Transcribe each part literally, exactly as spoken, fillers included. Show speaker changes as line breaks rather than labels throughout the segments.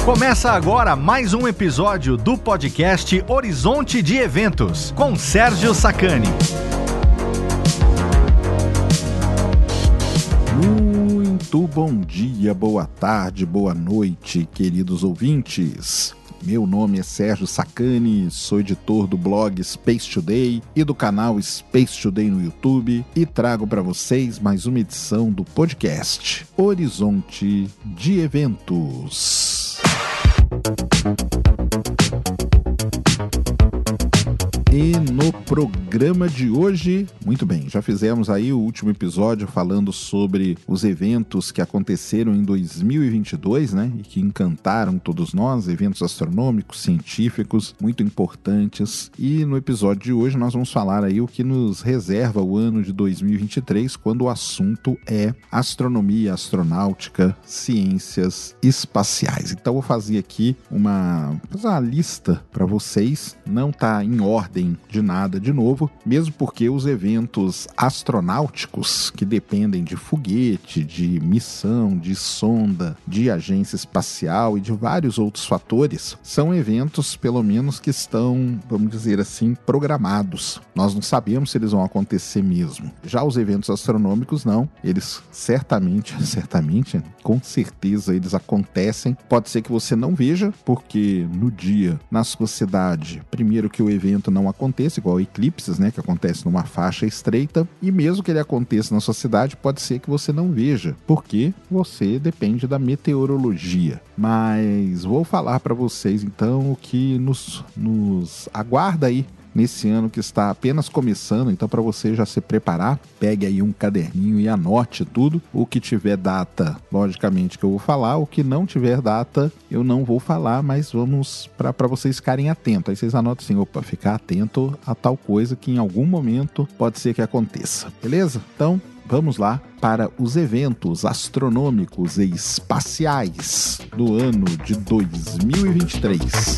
Começa agora mais um episódio do podcast Horizonte de Eventos, com Sérgio Sacani.
Muito bom dia, boa tarde, boa noite, queridos ouvintes. Meu nome é Sérgio Sacani, sou editor do blog Space Today e do canal Space Today no YouTube e trago para vocês mais uma edição do podcast Horizonte de Eventos. E no programa de hoje, muito bem, já fizemos aí o último episódio falando sobre os eventos que aconteceram em dois mil e vinte e dois, né, e que encantaram todos nós, eventos astronômicos, científicos, muito importantes. E no episódio de hoje nós vamos falar aí o que nos reserva o ano de dois mil e vinte e três, quando o assunto é astronomia, astronáutica, ciências espaciais. Então eu vou fazer aqui uma, uma lista para vocês, não tá em ordem de nada de novo, mesmo porque os eventos astronáuticos que dependem de foguete, de missão, de sonda, de agência espacial e de vários outros fatores, são eventos, pelo menos, que estão, vamos dizer assim, programados. Nós não sabemos se eles vão acontecer mesmo. Já os eventos astronômicos, não. Eles certamente, certamente, com certeza, eles acontecem. Pode ser que você não veja, porque no dia, na sua cidade, primeiro que o evento não aconteça, igual eclipses, né, que acontece numa faixa estreita, e mesmo que ele aconteça na sua cidade, pode ser que você não veja, porque você depende da meteorologia. Mas vou falar para vocês então o que nos, nos aguarda aí nesse ano que está apenas começando. Então, para você já se preparar, pegue aí um caderninho e anote tudo. O que tiver data, logicamente que eu vou falar. O que não tiver data, eu não vou falar, mas vamos para vocês ficarem atentos. Aí vocês anotam assim, opa, ficar atento a tal coisa que em algum momento pode ser que aconteça. Beleza? Então, vamos lá para os eventos astronômicos e espaciais do ano de dois mil e vinte e três.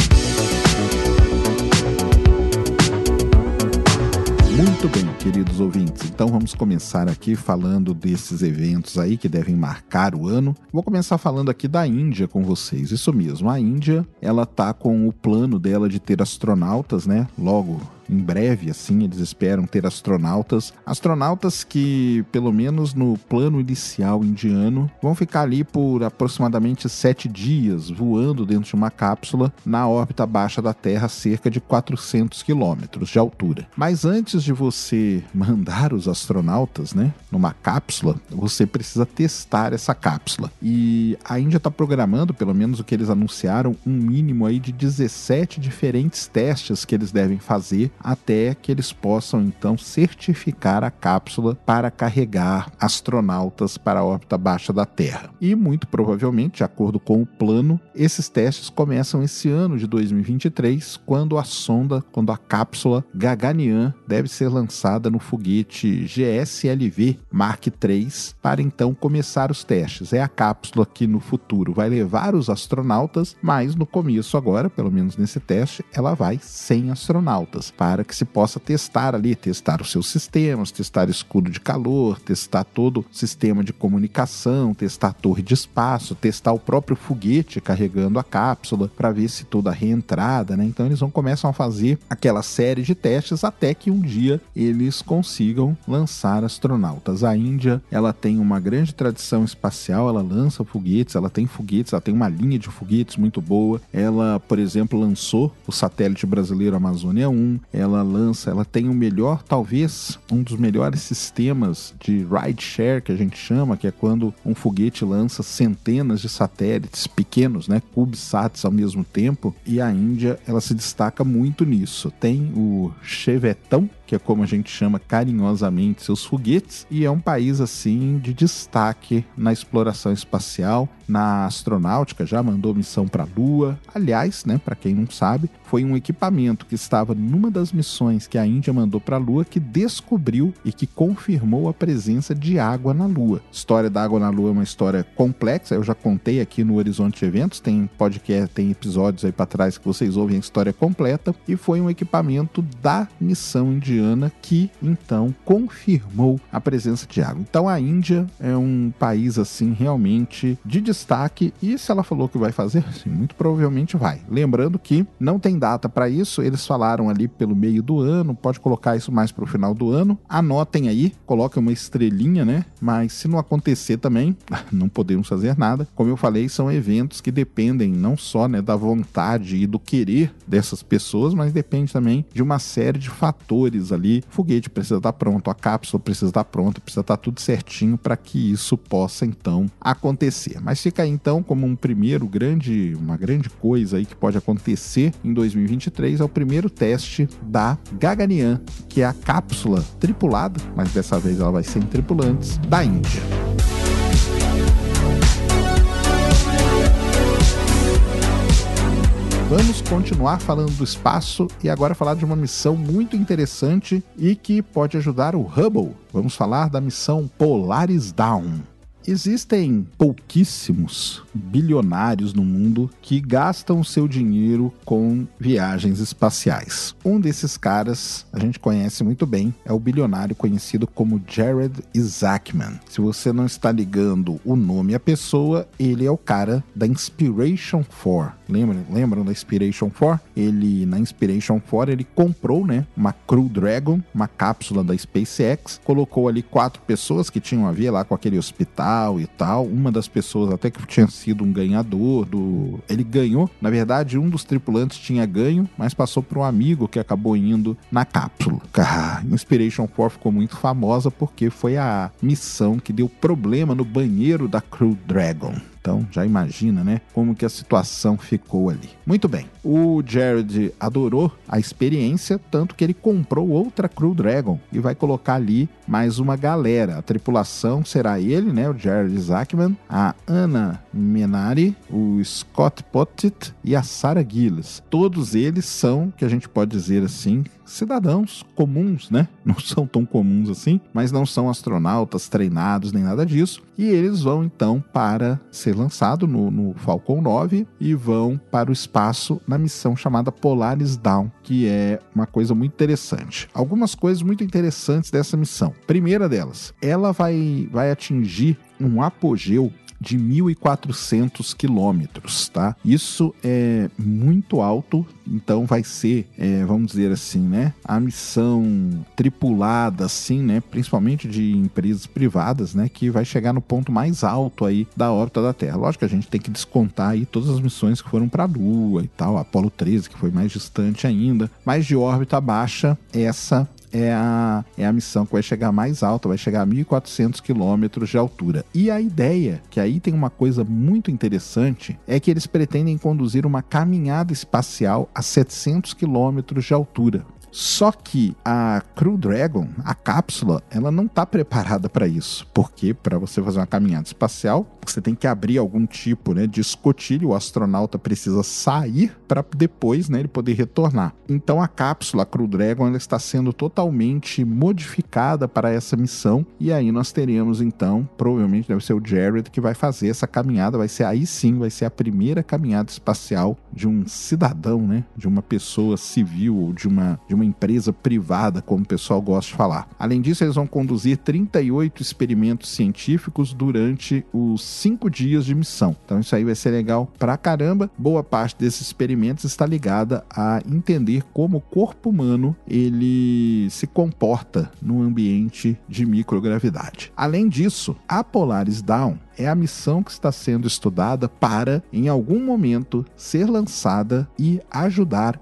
Muito bem, queridos ouvintes, então vamos começar aqui falando desses eventos aí que devem marcar o ano. Vou começar falando aqui da Índia com vocês, isso mesmo, a Índia, ela tá com o plano dela de ter astronautas, né, logo em breve, assim, eles esperam ter astronautas, astronautas que, pelo menos no plano inicial indiano, vão ficar ali por aproximadamente sete dias voando dentro de uma cápsula na órbita baixa da Terra, cerca de quatrocentos quilômetros de altura. Mas antes de você mandar os astronautas, né, numa cápsula, você precisa testar essa cápsula. E a Índia está programando, pelo menos o que eles anunciaram, um mínimo aí de dezessete diferentes testes que eles devem fazer até que eles possam, então, certificar a cápsula para carregar astronautas para a órbita baixa da Terra. E, muito provavelmente, de acordo com o plano, esses testes começam esse ano de dois mil e vinte e três, quando a sonda, quando a cápsula Gaganyaan deve ser lançada no foguete G S L V Mark três, para, então, começar os testes. É a cápsula que, no futuro, vai levar os astronautas, mas, no começo agora, pelo menos nesse teste, ela vai sem astronautas, para para que se possa testar ali, testar os seus sistemas, testar escudo de calor, testar todo o sistema de comunicação, testar a torre de espaço, testar o próprio foguete carregando a cápsula, para ver se toda a reentrada, né? Então eles vão começar a fazer aquela série de testes até que um dia eles consigam lançar astronautas. A Índia, ela tem uma grande tradição espacial, ela lança foguetes, ela tem foguetes, ela tem uma linha de foguetes muito boa. Ela, por exemplo, lançou o satélite brasileiro Amazônia um, ela lança, ela tem o melhor, talvez, um dos melhores sistemas de ride share, que a gente chama, que é quando um foguete lança centenas de satélites pequenos, né, CubeSats ao mesmo tempo, e a Índia, ela se destaca muito nisso. Tem o Chevetão, que é como a gente chama carinhosamente seus foguetes, e é um país assim de destaque na exploração espacial, na astronáutica, já mandou missão para a Lua. Aliás, né, para quem não sabe, foi um equipamento que estava numa das missões que a Índia mandou para a Lua que descobriu e que confirmou a presença de água na Lua. A história da água na Lua é uma história complexa, eu já contei aqui no Horizonte de Eventos, tem podcast, tem episódios aí para trás que vocês ouvem a história completa, e foi um equipamento da missão indiana indiana que então confirmou a presença de água. Então a Índia é um país assim realmente de destaque, e se ela falou que vai fazer, sim, muito provavelmente vai. Lembrando que não tem data para isso, eles falaram ali pelo meio do ano, pode colocar isso mais para o final do ano. Anotem aí, coloquem uma estrelinha, né? Mas se não acontecer também, não podemos fazer nada. Como eu falei, são eventos que dependem não só, né, da vontade e do querer dessas pessoas, mas depende também de uma série de fatores ali. O foguete precisa estar pronto, a cápsula precisa estar pronta, precisa estar tudo certinho para que isso possa então acontecer. Mas fica aí então como um primeiro grande, uma grande coisa aí que pode acontecer em dois mil e vinte e três, é o primeiro teste da Gaganyaan, que é a cápsula tripulada, mas dessa vez ela vai ser em tripulantes, da Índia. Vamos continuar falando do espaço e agora falar de uma missão muito interessante e que pode ajudar o Hubble. Vamos falar da missão Polaris Dawn. Existem pouquíssimos bilionários no mundo que gastam seu dinheiro com viagens espaciais. Um desses caras a gente conhece muito bem, é o bilionário conhecido como Jared Isaacman. Se você não está ligando o nome à pessoa, ele é o cara da Inspiration quatro. Lembram, lembram da Inspiration quatro? Ele, na Inspiration quatro, ele comprou, né, uma Crew Dragon, uma cápsula da SpaceX, colocou ali quatro pessoas que tinham a ver lá com aquele hospital e tal, uma das pessoas até que tinha sido um ganhador do... ele ganhou, na verdade um dos tripulantes tinha ganho, mas passou para um amigo que acabou indo na cápsula. A Inspiration quatro ficou muito famosa porque foi a missão que deu problema no banheiro da Crew Dragon. Então, já imagina, né, como que a situação ficou ali. Muito bem, o Jared adorou a experiência, tanto que ele comprou outra Crew Dragon e vai colocar ali mais uma galera. A tripulação será ele, né, o Jared Isaacman, a Anna Menari, o Scott Pottit e a Sarah Gillis. Todos eles são, que a gente pode dizer assim, cidadãos comuns, né? Não são tão comuns assim, mas não são astronautas treinados nem nada disso. E eles vão então para ser lançados no, no Falcon nove e vão para o espaço na missão chamada Polaris Dawn, que é uma coisa muito interessante. Algumas coisas muito interessantes dessa missão. Primeira delas, ela vai, vai atingir um apogeu de mil e quatrocentos quilômetros, tá? Isso é muito alto, então vai ser, é, vamos dizer assim, né, a missão tripulada, assim, né, principalmente de empresas privadas, né, que vai chegar no ponto mais alto aí da órbita da Terra. Lógico que a gente tem que descontar aí todas as missões que foram para a Lua e tal, a Apollo treze, que foi mais distante ainda, mas de órbita baixa, essa É a, é a missão que vai chegar mais alta, vai chegar a mil e quatrocentos quilômetros de altura. E a ideia, que aí tem uma coisa muito interessante, é que eles pretendem conduzir uma caminhada espacial a setecentos quilômetros de altura. Só que a Crew Dragon, a cápsula, ela não está preparada para isso, porque para você fazer uma caminhada espacial, você tem que abrir algum tipo, né, de escotilho, o astronauta precisa sair para depois, né, ele poder retornar. Então a cápsula, a Crew Dragon, ela está sendo totalmente modificada para essa missão, e aí nós teremos então, provavelmente deve ser o Jared que vai fazer essa caminhada, vai ser aí sim, vai ser a primeira caminhada espacial de um cidadão, né, de uma pessoa civil ou de uma, de uma empresa privada, como o pessoal gosta de falar. Além disso, eles vão conduzir trinta e oito experimentos científicos durante os cinco dias de missão. Então isso aí vai ser legal pra caramba. Boa parte desses experimentos está ligada a entender como o corpo humano ele se comporta no ambiente de microgravidade. Além disso, a Polaris Dawn é a missão que está sendo estudada para, em algum momento, ser lançada e ajudar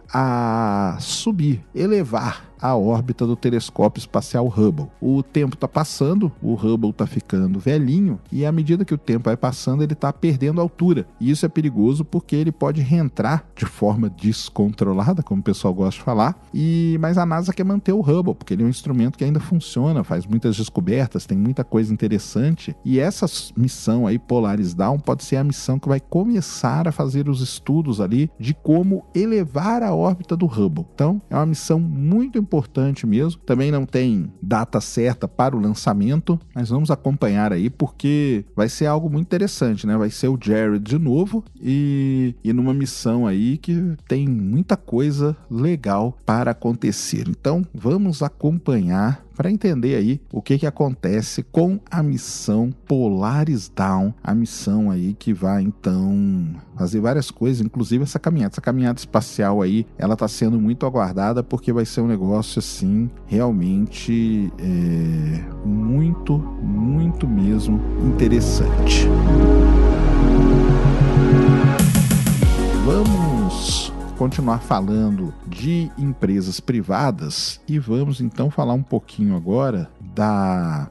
a subir, elevar a órbita do telescópio espacial Hubble. O tempo está passando, o Hubble está ficando velhinho e à medida que o tempo vai passando, ele está perdendo altura. E isso é perigoso porque ele pode reentrar de forma descontrolada, como o pessoal gosta de falar, e... mas a NASA quer manter o Hubble, porque ele é um instrumento que ainda funciona, faz muitas descobertas, tem muita coisa interessante, e essa missão aí, Polaris Dawn, pode ser a missão que vai começar a fazer os estudos ali de como elevar a órbita do Hubble. Então, é uma missão muito importante mesmo. Também não tem data certa para o lançamento, mas vamos acompanhar aí porque vai ser algo muito interessante, né? Vai ser o Jared de novo e, e numa missão aí que tem muita coisa legal para acontecer. Então vamos acompanhar para entender aí o que que acontece com a missão Polaris Dawn, a missão aí que vai então fazer várias coisas, inclusive essa caminhada, essa caminhada espacial aí, ela tá sendo muito aguardada porque vai ser um negócio assim, realmente é, muito, muito mesmo interessante. Vamos continuar falando de empresas privadas e vamos então falar um pouquinho agora da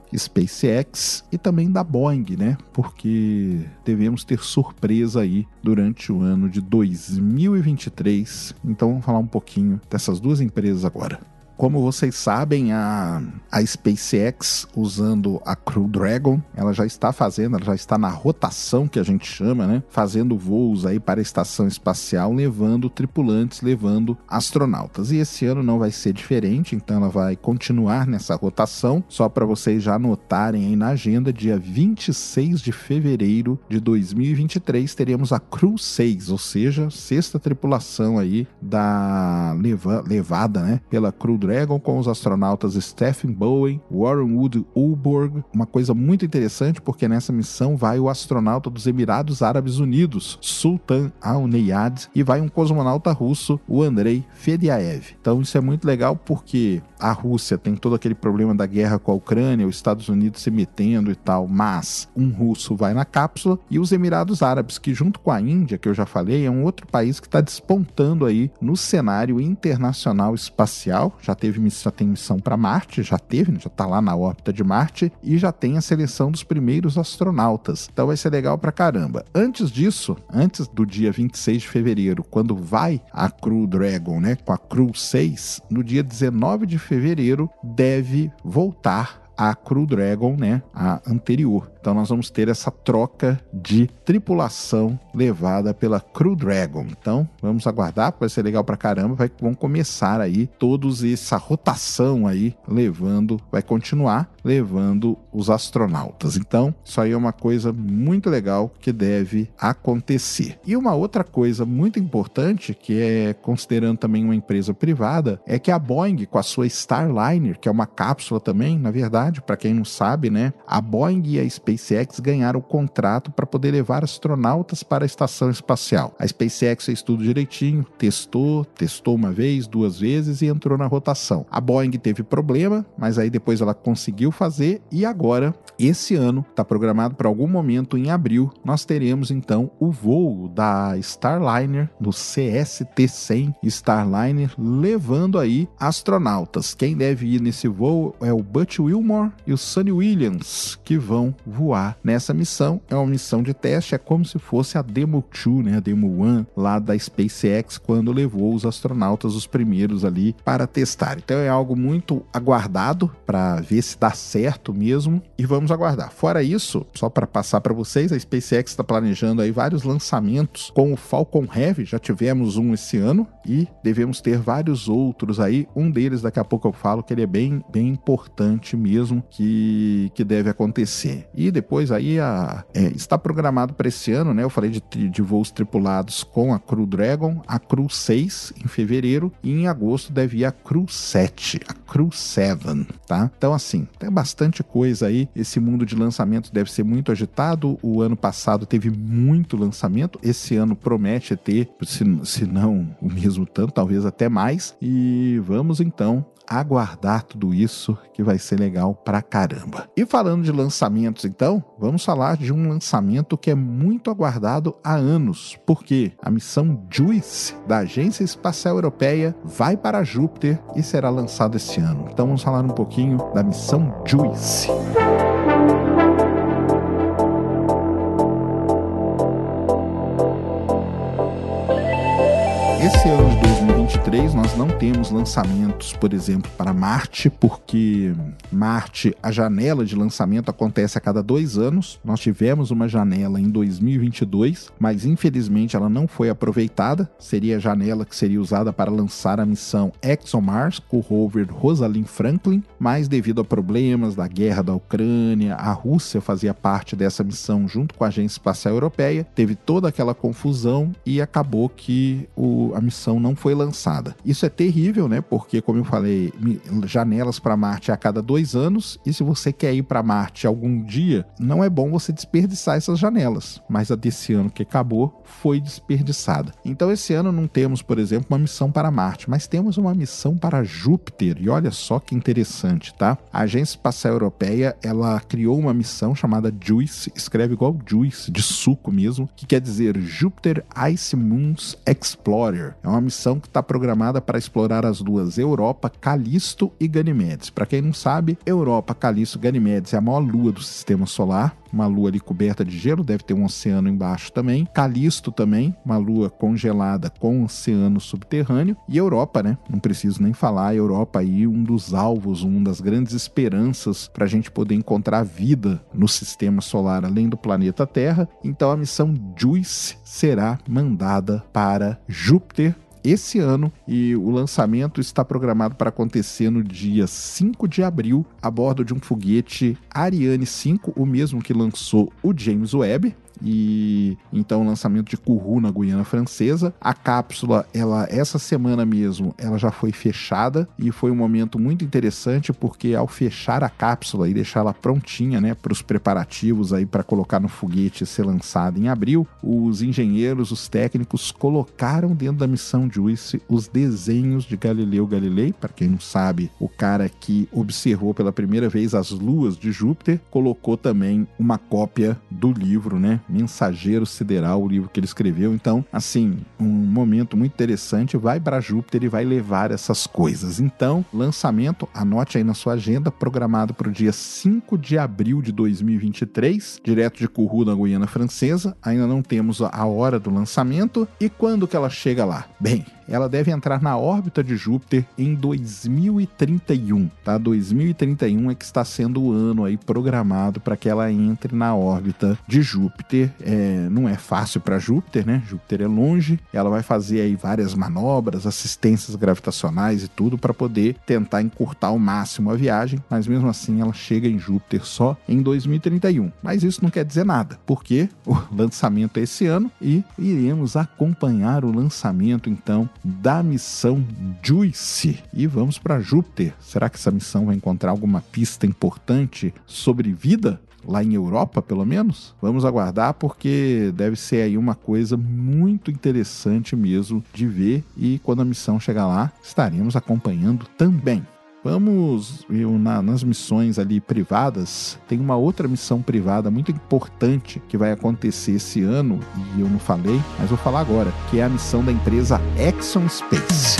SpaceX e também da Boeing, né? Porque devemos ter surpresa aí durante o ano de dois mil e vinte e três. Então vamos falar um pouquinho dessas duas empresas agora. Como vocês sabem, a, a SpaceX, usando a Crew Dragon, ela já está fazendo, ela já está na rotação que a gente chama, né? Fazendo voos aí para a estação espacial, levando tripulantes, levando astronautas. E esse ano não vai ser diferente, então ela vai continuar nessa rotação. Só para vocês já anotarem aí na agenda, dia vinte e seis de fevereiro de dois mil e vinte e três, teremos a Crew seis, ou seja, sexta tripulação aí da leva, levada, né, pela Crew Dragon, com os astronautas Stephen Bowen, Warren Wood Ulborg. Uma coisa muito interessante, porque nessa missão vai o astronauta dos Emirados Árabes Unidos, Sultan Al-Neyad, e vai um cosmonauta russo, o Andrei Fedyaev. Então isso é muito legal porque a Rússia tem todo aquele problema da guerra com a Ucrânia, os Estados Unidos se metendo e tal, mas um russo vai na cápsula, e os Emirados Árabes, que junto com a Índia, que eu já falei, é um outro país que está despontando aí no cenário internacional espacial. Já teve já tem missão para Marte, já teve, já está lá na órbita de Marte, e já tem a seleção dos primeiros astronautas. Então vai ser legal pra caramba. Antes disso, antes do dia vinte e seis de fevereiro, quando vai a Crew Dragon, né, com a Crew seis, no dia dezenove de fevereiro deve voltar a Crew Dragon, né, a anterior. Então nós vamos ter essa troca de tripulação levada pela Crew Dragon. Então vamos aguardar, vai ser legal pra caramba, vai, vão começar aí todos essa rotação aí, levando, vai continuar levando os astronautas. Então isso aí é uma coisa muito legal que deve acontecer. E uma outra coisa muito importante, que é considerando também uma empresa privada, é que a Boeing, com a sua Starliner, que é uma cápsula também, na verdade, para quem não sabe, né, a Boeing e a SpaceX ganharam o contrato para poder levar astronautas para a estação espacial. A SpaceX fez tudo direitinho, testou, testou uma vez, duas vezes e entrou na rotação. A Boeing teve problema, mas aí depois ela conseguiu fazer, e agora, esse ano, está programado para algum momento em abril, nós teremos então o voo da Starliner, no C S T cem Starliner, levando aí astronautas. Quem deve ir nesse voo é o Butch Wilmore e o Sunny Williams, que vão voar nessa missão. É uma missão de teste, é como se fosse a Demo dois, né, a Demo um lá da SpaceX, quando levou os astronautas, os primeiros ali, para testar. Então é algo muito aguardado para ver se dá certo mesmo, e vamos aguardar. Fora isso, só para passar para vocês, a SpaceX está planejando aí vários lançamentos com o Falcon Heavy. Já tivemos um esse ano e devemos ter vários outros aí. Um deles daqui a pouco eu falo, que ele é bem, bem importante mesmo, que, que deve acontecer. E depois aí a, é, está programado para esse ano, né? Eu falei de, de voos tripulados com a Crew Dragon, a Crew seis em fevereiro, e em agosto deve ir a Crew sete, a Crew sete, tá? Então assim, tem bastante coisa aí. Esse mundo de lançamento deve ser muito agitado. O ano passado teve muito lançamento, esse ano promete ter, se, se não o mesmo tanto, talvez até mais, e vamos então aguardar tudo isso, que vai ser legal pra caramba. E falando de lançamentos, então, vamos falar de um lançamento que é muito aguardado há anos, porque a missão JUICE da Agência Espacial Europeia vai para Júpiter e será lançada esse ano. Então vamos falar um pouquinho da missão JUICE. Esse ano de dois mil e vinte e três três nós não temos lançamentos, por exemplo, para Marte, porque Marte, a janela de lançamento acontece a cada dois anos. Nós tivemos uma janela em dois mil e vinte e dois, mas infelizmente ela não foi aproveitada. Seria a janela que seria usada para lançar a missão ExoMars com o rover Rosalind Franklin, mas devido a problemas da guerra da Ucrânia, a Rússia fazia parte dessa missão junto com a Agência Espacial Europeia, teve toda aquela confusão e acabou que o, a missão não foi lançada. Isso é terrível, né? Porque, como eu falei, janelas para Marte é a cada dois anos, e se você quer ir para Marte algum dia, não é bom você desperdiçar essas janelas, mas a desse ano que acabou foi desperdiçada. Então esse ano não temos, por exemplo, uma missão para Marte, mas temos uma missão para Júpiter, e olha só que interessante, tá? A Agência Espacial Europeia, ela criou uma missão chamada JUICE, escreve igual JUICE, de suco mesmo, que quer dizer Jupiter Ice Moons Explorer. É uma missão que está programada para explorar as luas Europa, Callisto e Ganimedes. Para quem não sabe, Europa, Callisto e Ganimedes é a maior lua do sistema solar, uma lua ali coberta de gelo, deve ter um oceano embaixo também. Callisto também, uma lua congelada com um oceano subterrâneo. E Europa, né? Não preciso nem falar, a Europa aí um dos alvos, uma das grandes esperanças para a gente poder encontrar vida no sistema solar além do planeta Terra. Então a missão JUICE será mandada para Júpiter esse ano, e o lançamento está programado para acontecer no dia cinco de abril, a bordo de um foguete Ariane cinco, o mesmo que lançou o James Webb. E então o lançamento de Kourou na Guiana Francesa. A cápsula, ela essa semana mesmo, ela já foi fechada, e foi um momento muito interessante porque ao fechar a cápsula e deixá-la prontinha, né, para os preparativos aí para colocar no foguete e ser lançado em abril, os engenheiros, os técnicos colocaram dentro da missão JUICE os desenhos de Galileu Galilei. Para quem não sabe, o cara que observou pela primeira vez as luas de Júpiter, colocou também uma cópia do livro, né, Mensageiro Sideral, o livro que ele escreveu. Então, assim, um momento muito interessante, vai para Júpiter e vai levar essas coisas. Então, lançamento, anote aí na sua agenda, programado para o dia cinco de abril de dois mil e vinte e três, direto de Kourou, na Guiana Francesa. Ainda não temos a hora do lançamento. E quando que ela chega lá? Bem, ela deve entrar na órbita de Júpiter em dois mil e trinta e um, tá? dois mil e trinta e um é que está sendo o ano aí programado para que ela entre na órbita de Júpiter. É, não é fácil para Júpiter, né? Júpiter é longe, ela vai fazer aí várias manobras, assistências gravitacionais e tudo para poder tentar encurtar ao máximo a viagem, mas mesmo assim ela chega em Júpiter só em dois mil e trinta e um. Mas isso não quer dizer nada, porque o lançamento é esse ano e iremos acompanhar o lançamento então da missão JUICE. E vamos para Júpiter. Será que essa missão vai encontrar alguma pista importante sobre vida? Lá em Europa, pelo menos? Vamos aguardar, porque deve ser aí uma coisa muito interessante mesmo de ver, e quando a missão chegar lá, estaremos acompanhando também. Vamos, eu, na, nas missões ali privadas, tem uma outra missão privada muito importante que vai acontecer esse ano, e eu não falei, mas vou falar agora, que é a missão da empresa Exxon Space.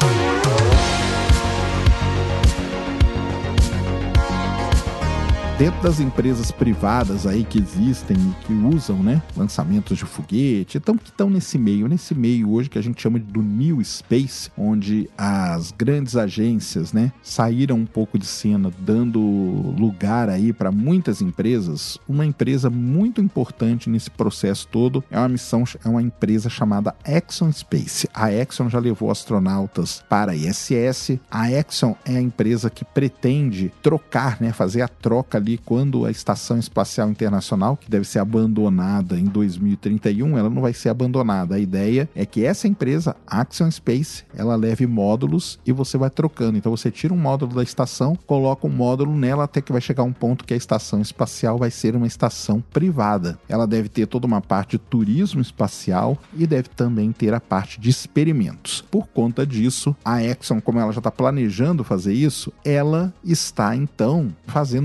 Dentro das empresas privadas aí que existem e que usam, né, lançamentos de foguete, então que estão nesse meio, nesse meio hoje que a gente chama do New Space, onde as grandes agências, né, saíram um pouco de cena, dando lugar aí para muitas empresas. Uma empresa muito importante nesse processo todo é uma missão, é uma empresa chamada Exxon Space. A Exxon já levou astronautas para a I S S. A Exxon é a empresa que pretende trocar, né, fazer a troca ali quando a Estação Espacial Internacional, que deve ser abandonada em dois mil e trinta e um, ela não vai ser abandonada. A ideia é que essa empresa, Exxon Space, ela leve módulos e você vai trocando. Então você tira um módulo da estação, coloca um módulo nela até que vai chegar um ponto que a Estação Espacial vai ser uma estação privada. Ela deve ter toda uma parte de turismo espacial e deve também ter a parte de experimentos. Por conta disso, a Exxon, como ela já está planejando fazer isso, ela está então fazendo missões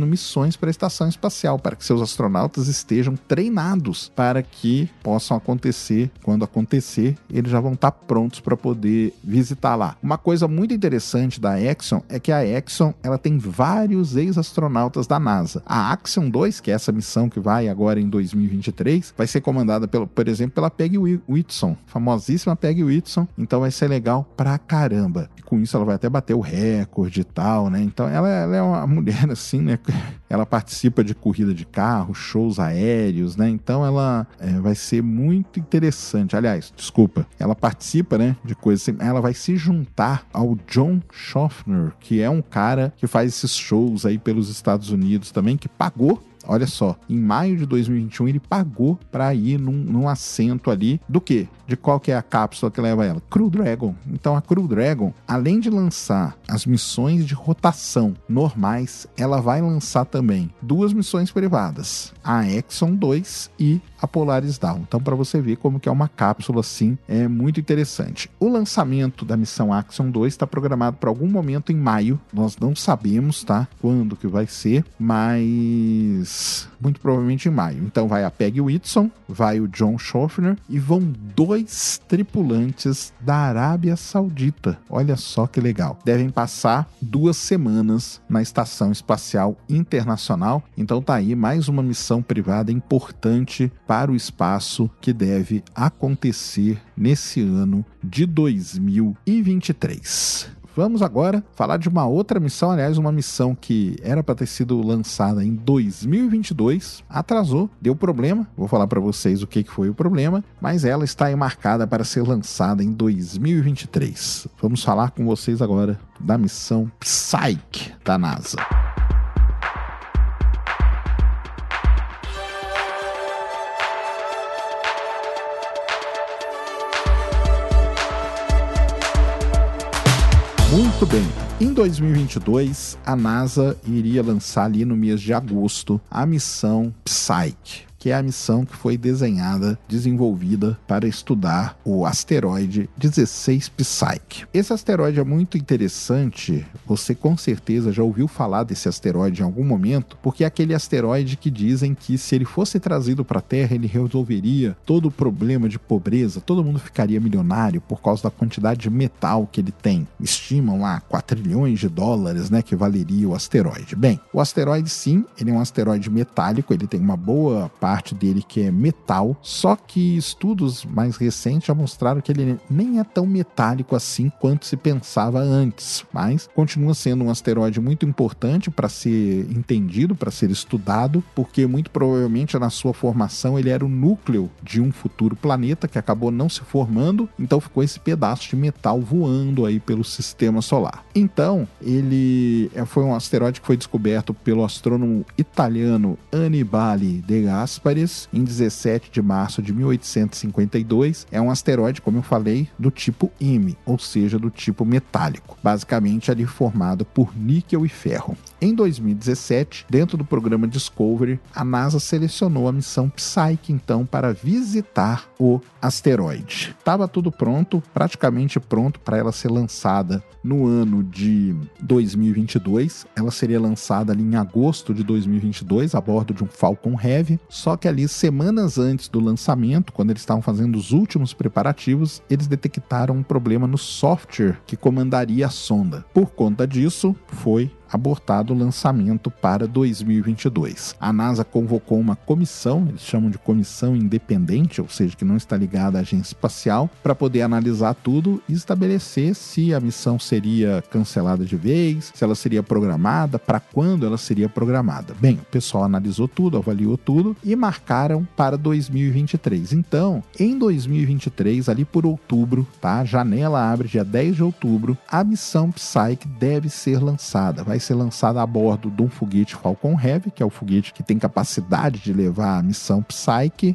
missões para a estação espacial, para que seus astronautas estejam treinados para que possam acontecer. Quando acontecer, eles já vão estar prontos para poder visitar lá. Uma coisa muito interessante da Axiom é que a Axiom ela tem vários ex-astronautas da NASA. A Axiom dois, que é essa missão que vai agora em dois mil e vinte e três, vai ser comandada, pelo, por exemplo, pela Peggy Whitson, famosíssima Peggy Whitson. Então vai ser legal pra caramba. E com isso ela vai até bater o recorde e tal, né? Então ela, ela é uma mulher assim, né? Ela participa de corrida de carro, shows aéreos, né? Então ela é, vai ser muito interessante. Aliás, desculpa, ela participa, né, de coisas assim. Ela vai se juntar ao John Shoffner, que é um cara que faz esses shows aí pelos Estados Unidos também, que pagou. Olha só, em maio de dois mil e vinte e um ele pagou para ir num, num assento ali do quê? De qual que é a cápsula que leva ela? Crew Dragon. Então a Crew Dragon, além de lançar as missões de rotação normais, ela vai lançar também duas missões privadas, a Axiom dois e a Polaris Dawn. Então para você ver como que é uma cápsula assim, é muito interessante. O lançamento da missão Axiom dois está programado para algum momento em maio, nós não sabemos, tá? Quando que vai ser, mas muito provavelmente em maio. Então vai a Peggy Whitson, vai o John Shoffner e vão dois tripulantes da Arábia Saudita. Olha só que legal. Devem passar duas semanas na Estação Espacial Internacional. Então tá aí mais uma missão privada importante para o espaço que deve acontecer nesse ano de dois mil e vinte e três. Vamos agora falar de uma outra missão, aliás, uma missão que era para ter sido lançada em dois mil e vinte e dois, atrasou, deu problema, vou falar para vocês o que foi o problema, mas ela está aí marcada para ser lançada em dois mil e vinte e três. Vamos falar com vocês agora da missão Psyche da NASA. Muito bem. Em dois mil e vinte e dois, a NASA iria lançar ali no mês de agosto a missão Psyche, que é a missão que foi desenhada, desenvolvida para estudar o asteroide dezesseis Psyche. Esse asteroide é muito interessante, você com certeza já ouviu falar desse asteroide em algum momento, porque é aquele asteroide que dizem que se ele fosse trazido para a Terra, ele resolveria todo o problema de pobreza, todo mundo ficaria milionário por causa da quantidade de metal que ele tem. Estimam lá quatrilhões de dólares, né, que valeria o asteroide. Bem, o asteroide sim, ele é um asteroide metálico, ele tem uma boa parte dele que é metal, só que estudos mais recentes já mostraram que ele nem é tão metálico assim quanto se pensava antes, mas continua sendo um asteroide muito importante para ser entendido, para ser estudado, porque muito provavelmente na sua formação ele era o núcleo de um futuro planeta que acabou não se formando, então ficou esse pedaço de metal voando aí pelo sistema solar. Então, ele foi um asteroide que foi descoberto pelo astrônomo italiano Annibale De Gasperi em dezessete de março de mil oitocentos e cinquenta e dois. É um asteroide, como eu falei, do tipo M, ou seja, do tipo metálico, basicamente ali formado por níquel e ferro. Em dois mil e dezessete, dentro do programa Discovery, a NASA selecionou a missão Psyche, então, para visitar o asteroide. Estava tudo pronto, praticamente pronto para ela ser lançada no ano de dois mil e vinte e dois. Ela seria lançada ali em agosto de dois mil e vinte e dois, a bordo de um Falcon Heavy, só que ali, semanas antes do lançamento, quando eles estavam fazendo os últimos preparativos, eles detectaram um problema no software que comandaria a sonda. Por conta disso, foi abortado o lançamento para dois mil e vinte e dois. A NASA convocou uma comissão, eles chamam de comissão independente, ou seja, que não está ligada à agência espacial, para poder analisar tudo e estabelecer se a missão seria cancelada de vez, se ela seria programada, para quando ela seria programada. Bem, o pessoal analisou tudo, avaliou tudo e marcaram para dois mil e vinte e três. Então, em dois mil e vinte e três, ali por outubro, tá? A janela abre dia dez de outubro, a missão Psyche deve ser lançada. Vai ser lançada a bordo de um foguete Falcon Heavy, que é o foguete que tem capacidade de levar a missão Psyche,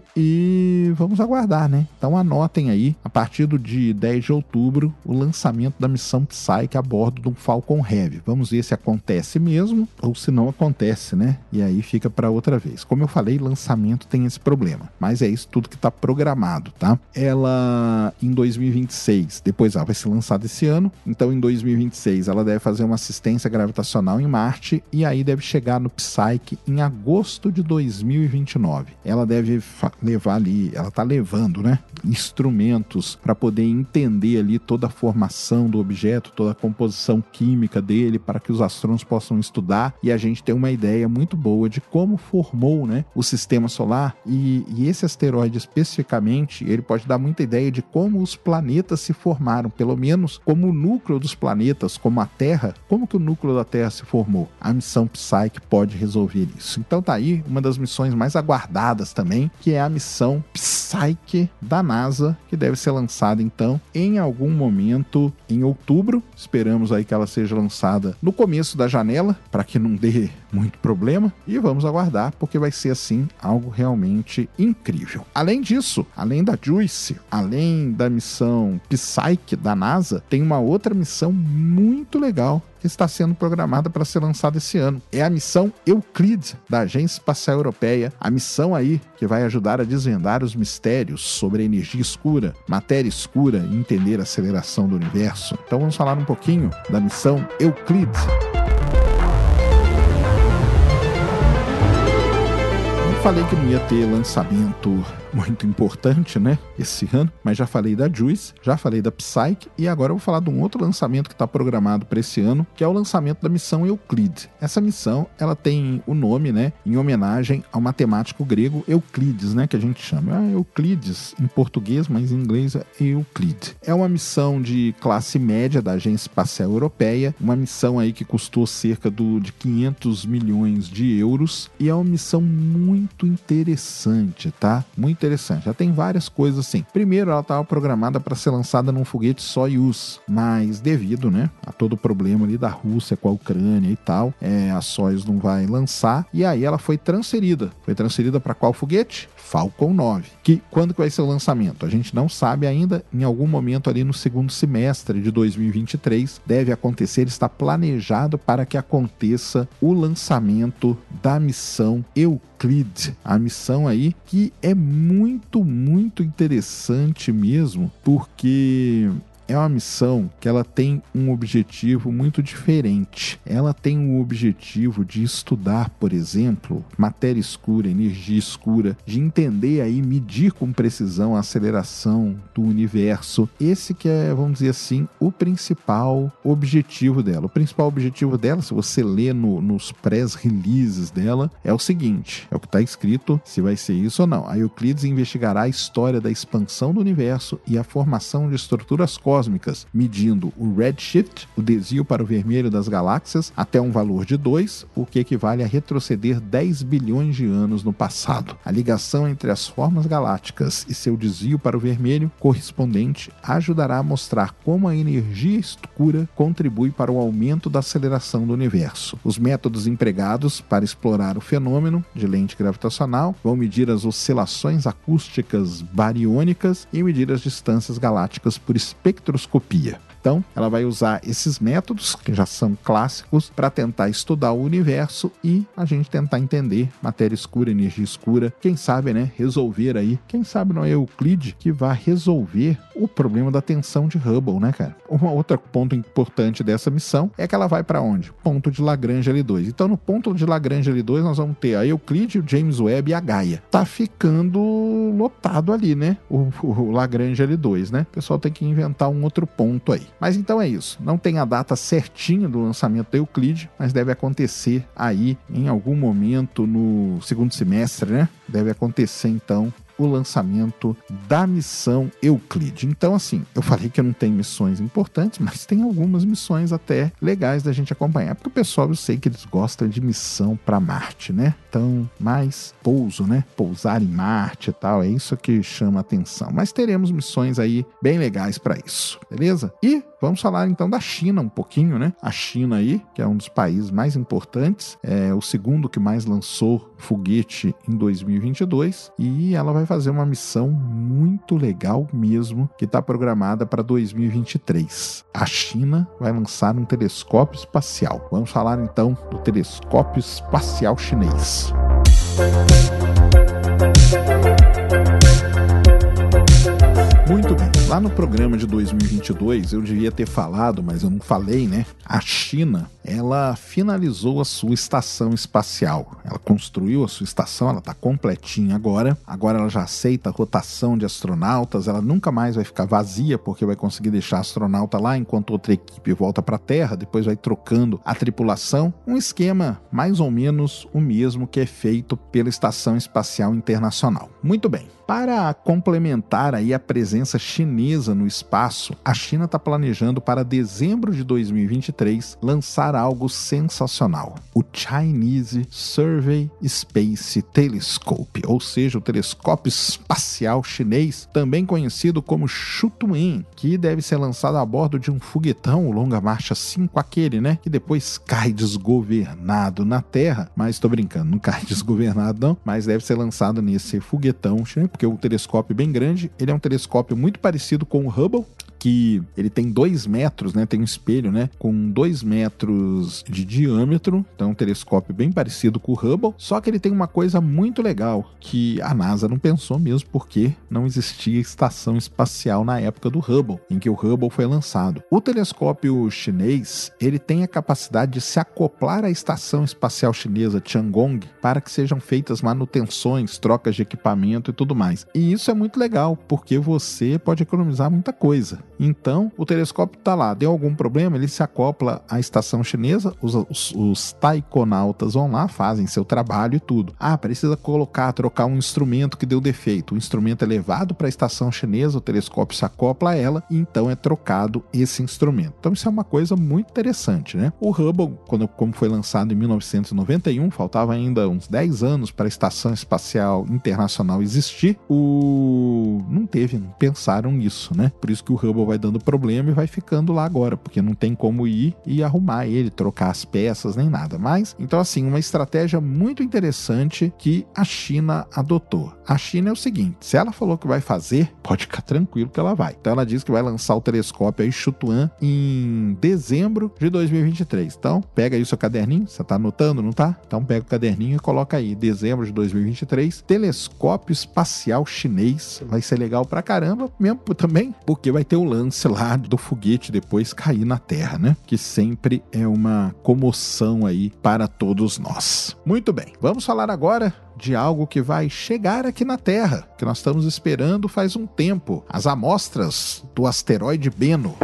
e vamos aguardar, né? Então anotem aí, a partir do dia dez de outubro, o lançamento da missão Psyche a bordo de um Falcon Heavy. Vamos ver se acontece mesmo ou se não acontece, né? E aí fica para outra vez. Como eu falei, lançamento tem esse problema, mas é isso tudo que está programado, tá? Ela, em dois mil e vinte e seis, depois ela vai ser lançada esse ano, então em dois mil e vinte e seis ela deve fazer uma assistência gravitacional gravitacional em Marte e aí deve chegar no Psyche em agosto de dois mil e vinte e nove. Ela deve levar ali, ela está levando, né, instrumentos para poder entender ali toda a formação do objeto, toda a composição química dele, para que os astrônomos possam estudar e a gente ter uma ideia muito boa de como formou, né, o sistema solar e, e esse asteroide especificamente, ele pode dar muita ideia de como os planetas se formaram, pelo menos como o núcleo dos planetas, como a Terra, como que o núcleo da Terra se formou. A missão Psyche pode resolver isso. Então tá aí uma das missões mais aguardadas também, que é a missão Psyche da NASA, que deve ser lançada então em algum momento em outubro. Esperamos aí que ela seja lançada no começo da janela, para que não dê muito problema, e vamos aguardar, porque vai ser assim algo realmente incrível. Além disso, além da JUICE, além da missão Psyche da NASA, tem uma outra missão muito legal que está sendo programada para ser lançada esse ano. É a missão Euclid, da Agência Espacial Europeia, a missão aí que vai ajudar a desvendar os mistérios sobre a energia escura, matéria escura e entender a aceleração do universo. Então vamos falar um pouquinho da missão Euclid. Falei que não ia ter lançamento muito importante, né, esse ano, mas já falei da JUICE, já falei da Psyche e agora eu vou falar de um outro lançamento que está programado para esse ano, que é o lançamento da missão Euclid. Essa missão, ela tem o nome, né, em homenagem ao matemático grego Euclides, né, que a gente chama ah, Euclides em português, mas em inglês é Euclid. É uma missão de classe média da Agência Espacial Europeia, uma missão aí que custou cerca do, de quinhentos milhões de euros e é uma missão muito interessante, tá? Muito interessante. Já tem várias coisas assim. Primeiro, ela estava programada para ser lançada num foguete Soyuz, mas devido, né, a todo o problema ali da Rússia com a Ucrânia e tal, é, a Soyuz não vai lançar e aí ela foi transferida. Foi transferida para qual foguete? Falcon nove. Que quando que vai ser o lançamento? A gente não sabe ainda. Em algum momento ali no segundo semestre de dois mil e vinte e três deve acontecer, está planejado para que aconteça o lançamento da missão Euclid. A missão aí que é muito, muito interessante mesmo, porque é uma missão que ela tem um objetivo muito diferente. Ela tem o objetivo de estudar, por exemplo, matéria escura, energia escura, de entender aí, medir com precisão a aceleração do universo. Esse que é, vamos dizer assim, o principal objetivo dela. O principal objetivo dela, se você ler no, nos press releases dela, é o seguinte, é o que está escrito, se vai ser isso ou não. A Euclides investigará a história da expansão do universo e a formação de estruturas cósmicas cósmicas, medindo o redshift, o desvio para o vermelho das galáxias, até um valor de dois, o que equivale a retroceder dez bilhões de anos no passado. A ligação entre as formas galácticas e seu desvio para o vermelho correspondente ajudará a mostrar como a energia escura contribui para o aumento da aceleração do universo. Os métodos empregados para explorar o fenômeno de lente gravitacional vão medir as oscilações acústicas bariônicas e medir as distâncias galácticas por espectroscopia. Então, ela vai usar esses métodos, que já são clássicos, para tentar estudar o universo e a gente tentar entender matéria escura, energia escura, quem sabe, né, resolver aí, quem sabe não é Euclid que vai resolver o problema da tensão de Hubble, né, cara? Um outro ponto importante dessa missão é que ela vai para onde? Ponto de Lagrange L dois. Então, no ponto de Lagrange L dois, nós vamos ter a Euclid, o James Webb e a Gaia. Tá ficando lotado ali, né? O, o Lagrange L dois, né? O pessoal tem que inventar um outro ponto aí. Mas então é isso. Não tem a data certinha do lançamento da Euclid, mas deve acontecer aí em algum momento no segundo semestre, né? Deve acontecer então o lançamento da missão Euclid. Então, assim, eu falei que não tem missões importantes, mas tem algumas missões até legais da gente acompanhar, porque o pessoal, eu sei que eles gostam de missão para Marte, né? Então, mais pouso, né? Pousar em Marte e tal, é isso que chama atenção. Mas teremos missões aí bem legais para isso, beleza? E vamos falar então da China um pouquinho, né? A China aí, que é um dos países mais importantes, é o segundo que mais lançou foguete em dois mil e vinte e dois, e ela vai fazer uma missão muito legal mesmo, que está programada para dois mil e vinte e três. A China vai lançar um telescópio espacial. Vamos falar então do telescópio espacial chinês. Muito bem. Lá no programa de dois mil e vinte e dois, eu devia ter falado, mas eu não falei, né? A China, ela finalizou a sua estação espacial. Ela construiu a sua estação, ela está completinha agora. Agora ela já aceita a rotação de astronautas, ela nunca mais vai ficar vazia, porque vai conseguir deixar astronauta lá enquanto outra equipe volta para a Terra, depois vai trocando a tripulação. Um esquema mais ou menos o mesmo que é feito pela Estação Espacial Internacional. Muito bem. Para complementar aí a presença chinesa no espaço, a China está planejando para dezembro de dois mil e vinte e três lançar algo sensacional, o Chinese Survey Space Telescope, ou seja, o telescópio espacial chinês, também conhecido como Shutuan, que deve ser lançado a bordo de um foguetão, o Longa Marcha cinco, aquele, né, que depois cai desgovernado na Terra, mas estou brincando, não cai desgovernado não, mas deve ser lançado nesse foguetão chinês, porque o telescópio é bem grande, ele é um telescópio muito parecido com o Hubble, que ele tem dois metros, né? Tem um espelho, né? Com dois metros de diâmetro. Então, um telescópio bem parecido com o Hubble. Só que ele tem uma coisa muito legal que a NASA não pensou mesmo, porque não existia estação espacial na época do Hubble, em que o Hubble foi lançado. O telescópio chinês, ele tem a capacidade de se acoplar à estação espacial chinesa Tiangong para que sejam feitas manutenções, trocas de equipamento e tudo mais. E isso é muito legal, porque você pode economizar muita coisa. Então, o telescópio está lá, deu algum problema, ele se acopla à estação chinesa, os, os, os taikonautas vão lá, fazem seu trabalho e tudo. Ah, precisa colocar, trocar um instrumento que deu defeito. O instrumento é levado para a estação chinesa, o telescópio se acopla a ela e então é trocado esse instrumento. Então, isso é uma coisa muito interessante, né? O Hubble, quando, como foi lançado em mil novecentos e noventa e um, faltava ainda uns dez anos para a Estação Espacial Internacional existir, o... não teve, não pensaram nisso, né? Por isso que o Hubble vai dando problema e vai ficando lá agora, porque não tem como ir e arrumar ele, trocar as peças, nem nada. Mas, então assim, uma estratégia muito interessante que a China adotou. A China é o seguinte, se ela falou que vai fazer, pode ficar tranquilo que ela vai. Então ela diz que vai lançar o telescópio aí, Shutuan, em dezembro de dois mil e vinte e três. Então, pega aí o seu caderninho, você tá anotando, não tá? Então pega o caderninho e coloca aí, dezembro de dois mil e vinte e três, telescópio espacial chinês. Vai ser legal pra caramba, mesmo também, porque vai ter o lance lá do foguete depois cair na Terra, né? Que sempre é uma comoção aí para todos nós. Muito bem, vamos falar agora de algo que vai chegar aqui na Terra, que nós estamos esperando faz um tempo, as amostras do asteroide Bennu.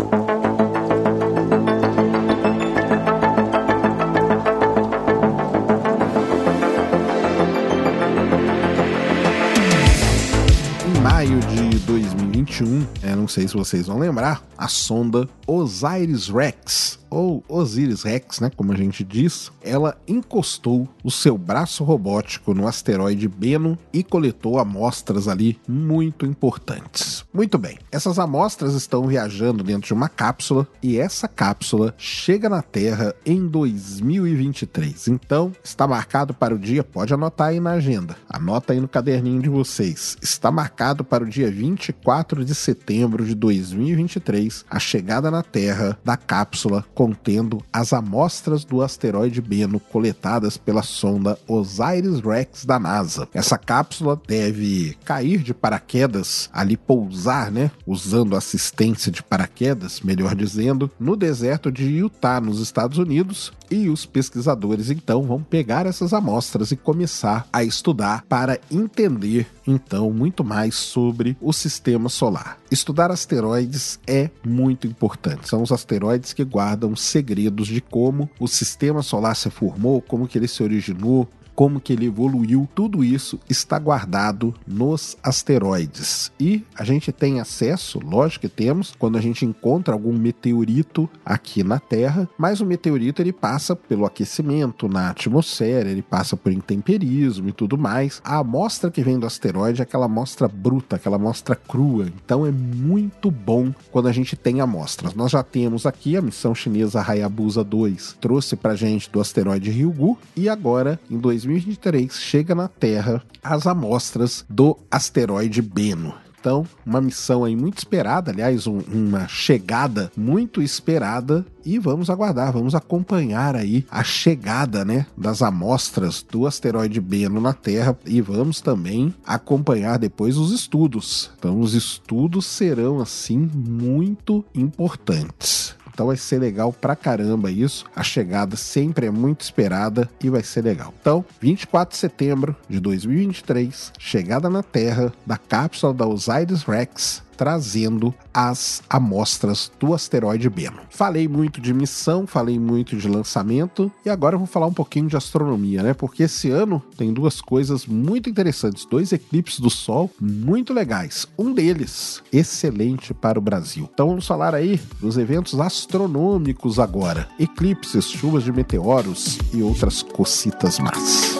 Em maio de dois mil e vinte e um, eu não sei se vocês vão lembrar, a sonda OSIRIS-REx, ou OSIRIS-REx, né, como a gente diz, ela encostou o seu braço robótico no asteroide Bennu e coletou amostras ali muito importantes. Muito bem, essas amostras estão viajando dentro de uma cápsula e essa cápsula chega na Terra em dois mil e vinte e três. Então, está marcado para o dia, pode anotar aí na agenda, anota aí no caderninho de vocês, está marcado para o dia vinte e quatro de setembro de dois mil e vinte e três, a chegada na Terra da cápsula contendo as amostras do asteroide Bennu coletadas pela sonda OSIRIS-REx da NASA. Essa cápsula deve cair de paraquedas, ali pousar, né, usando assistência de paraquedas, melhor dizendo, no deserto de Utah, nos Estados Unidos, e os pesquisadores então vão pegar essas amostras e começar a estudar para entender então muito mais sobre o sistema solar. Estudar asteroides é muito importante. São os asteroides que guardam segredos de como o sistema solar se formou, como que ele se originou, como que ele evoluiu, tudo isso está guardado nos asteroides. E a gente tem acesso, lógico que temos, quando a gente encontra algum meteorito aqui na Terra, mas o meteorito ele passa pelo aquecimento na atmosfera, ele passa por intemperismo e tudo mais. A amostra que vem do asteroide é aquela amostra bruta, aquela amostra crua, então é muito bom quando a gente tem amostras. Nós já temos aqui a missão chinesa Hayabusa dois, trouxe pra gente do asteroide Ryugu, e agora, em dois mil e vinte e três, chega na Terra as amostras do asteroide Bennu. Então, uma missão aí muito esperada, aliás, um, uma chegada muito esperada, e vamos aguardar, vamos acompanhar aí a chegada, né, das amostras do asteroide Bennu na Terra, e vamos também acompanhar depois os estudos. Então, os estudos serão, assim, muito importantes. Então vai ser legal pra caramba isso. A chegada sempre é muito esperada e vai ser legal. Então, vinte e quatro de setembro de dois mil e vinte e três, chegada na Terra da cápsula da Osiris-Rex, trazendo as amostras do asteroide Bennu. Falei muito de missão, falei muito de lançamento, e agora eu vou falar um pouquinho de astronomia, né? Porque esse ano tem duas coisas muito interessantes, dois eclipses do Sol muito legais. Um deles, excelente para o Brasil. Então vamos falar aí dos eventos astronômicos agora. Eclipses, chuvas de meteoros e outras cocitas más.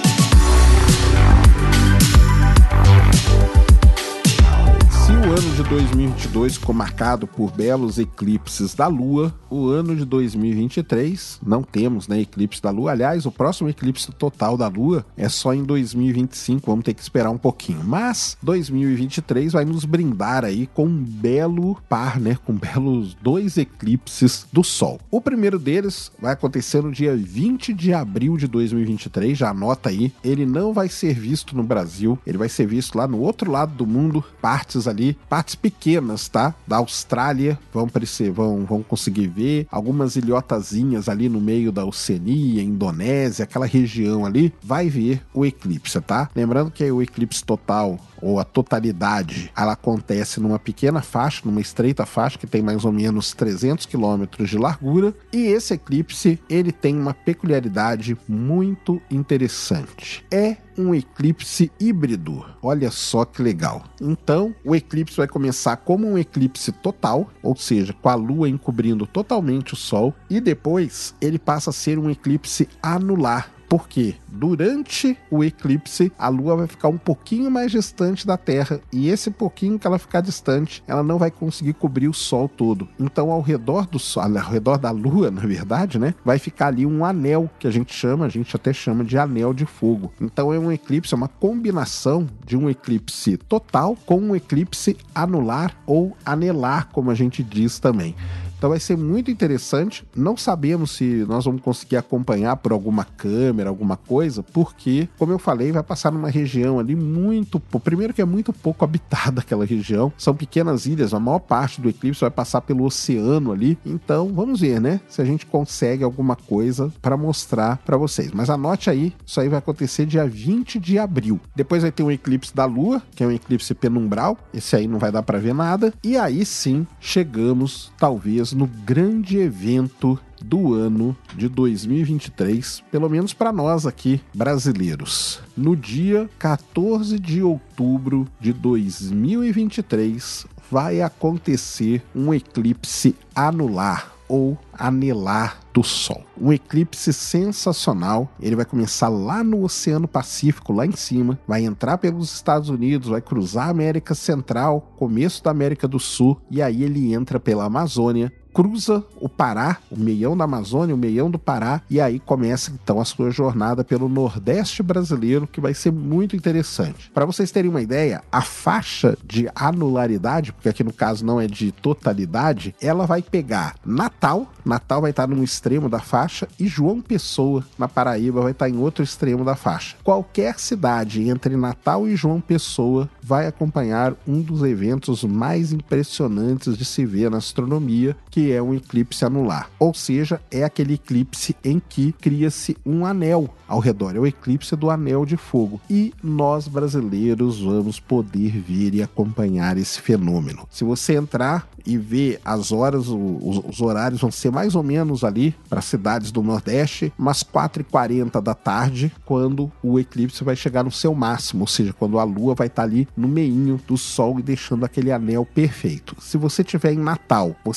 O ano de dois mil e vinte e dois ficou marcado por belos eclipses da Lua. O ano de dois mil e vinte e três não temos, né, eclipse da Lua. Aliás, o próximo eclipse total da Lua é só em dois mil e vinte e cinco, vamos ter que esperar um pouquinho. Mas dois mil e vinte e três vai nos brindar aí com um belo par, né, com belos dois eclipses do Sol. O primeiro deles vai acontecer no dia vinte de abril de dois mil e vinte e três, já anota aí. Ele não vai ser visto no Brasil, ele vai ser visto lá no outro lado do mundo, partes ali, partes pequenas, tá? Da Austrália, vão, parecer, vão, vão conseguir ver, algumas ilhotazinhas ali no meio da Oceania, Indonésia, aquela região ali, vai ver o eclipse, tá? Lembrando que o eclipse total, ou a totalidade, ela acontece numa pequena faixa, numa estreita faixa que tem mais ou menos trezentos quilômetros de largura, e esse eclipse, ele tem uma peculiaridade muito interessante. É um eclipse híbrido. Olha só que legal. Então, o eclipse vai começar como um eclipse total, ou seja, com a Lua encobrindo totalmente o Sol, e depois ele passa a ser um eclipse anular. Porque durante o eclipse a Lua vai ficar um pouquinho mais distante da Terra, e esse pouquinho que ela ficar distante, ela não vai conseguir cobrir o Sol todo. Então ao redor do Sol, ao redor da Lua, na verdade, né, vai ficar ali um anel que a gente chama, a gente até chama de anel de fogo. Então é um eclipse, é uma combinação de um eclipse total com um eclipse anular ou anelar, como a gente diz também. Então vai ser muito interessante. Não sabemos se nós vamos conseguir acompanhar por alguma câmera, alguma coisa, porque, como eu falei, vai passar numa região ali muito... Primeiro que é muito pouco habitada aquela região. São pequenas ilhas, a maior parte do eclipse vai passar pelo oceano ali. Então, vamos ver, né? Se a gente consegue alguma coisa para mostrar para vocês. Mas anote aí, isso aí vai acontecer dia vinte de abril. Depois vai ter um eclipse da Lua, que é um eclipse penumbral. Esse aí não vai dar para ver nada. E aí sim, chegamos, talvez, no grande evento do ano de dois mil e vinte e três, pelo menos para nós aqui brasileiros. No dia quatorze de outubro de dois mil e vinte e três vai acontecer um eclipse anular ou anelar do Sol. Um eclipse sensacional. Ele vai começar lá no Oceano Pacífico, lá em cima, vai entrar pelos Estados Unidos, vai cruzar a América Central, começo da América do Sul, e aí ele entra pela Amazônia, cruza o Pará, o meião da Amazônia, o meião do Pará, e aí começa então a sua jornada pelo Nordeste brasileiro, que vai ser muito interessante. Para vocês terem uma ideia, a faixa de anularidade, porque aqui no caso não é de totalidade, ela vai pegar Natal, Natal vai estar num extremo da faixa, e João Pessoa, na Paraíba, vai estar em outro extremo da faixa. Qualquer cidade entre Natal e João Pessoa vai acompanhar um dos eventos mais impressionantes de se ver na astronomia, que é um eclipse anular. Ou seja, é aquele eclipse em que cria-se um anel ao redor. É o eclipse do anel de fogo. E nós, brasileiros, vamos poder ver e acompanhar esse fenômeno. Se você entrar e ver as horas, os, os horários vão ser mais ou menos ali para cidades do Nordeste, umas quatro e quarenta da tarde, quando o eclipse vai chegar no seu máximo, ou seja, quando a Lua vai estar ali no meinho do Sol e deixando aquele anel perfeito. Se você estiver em Natal, você vai ver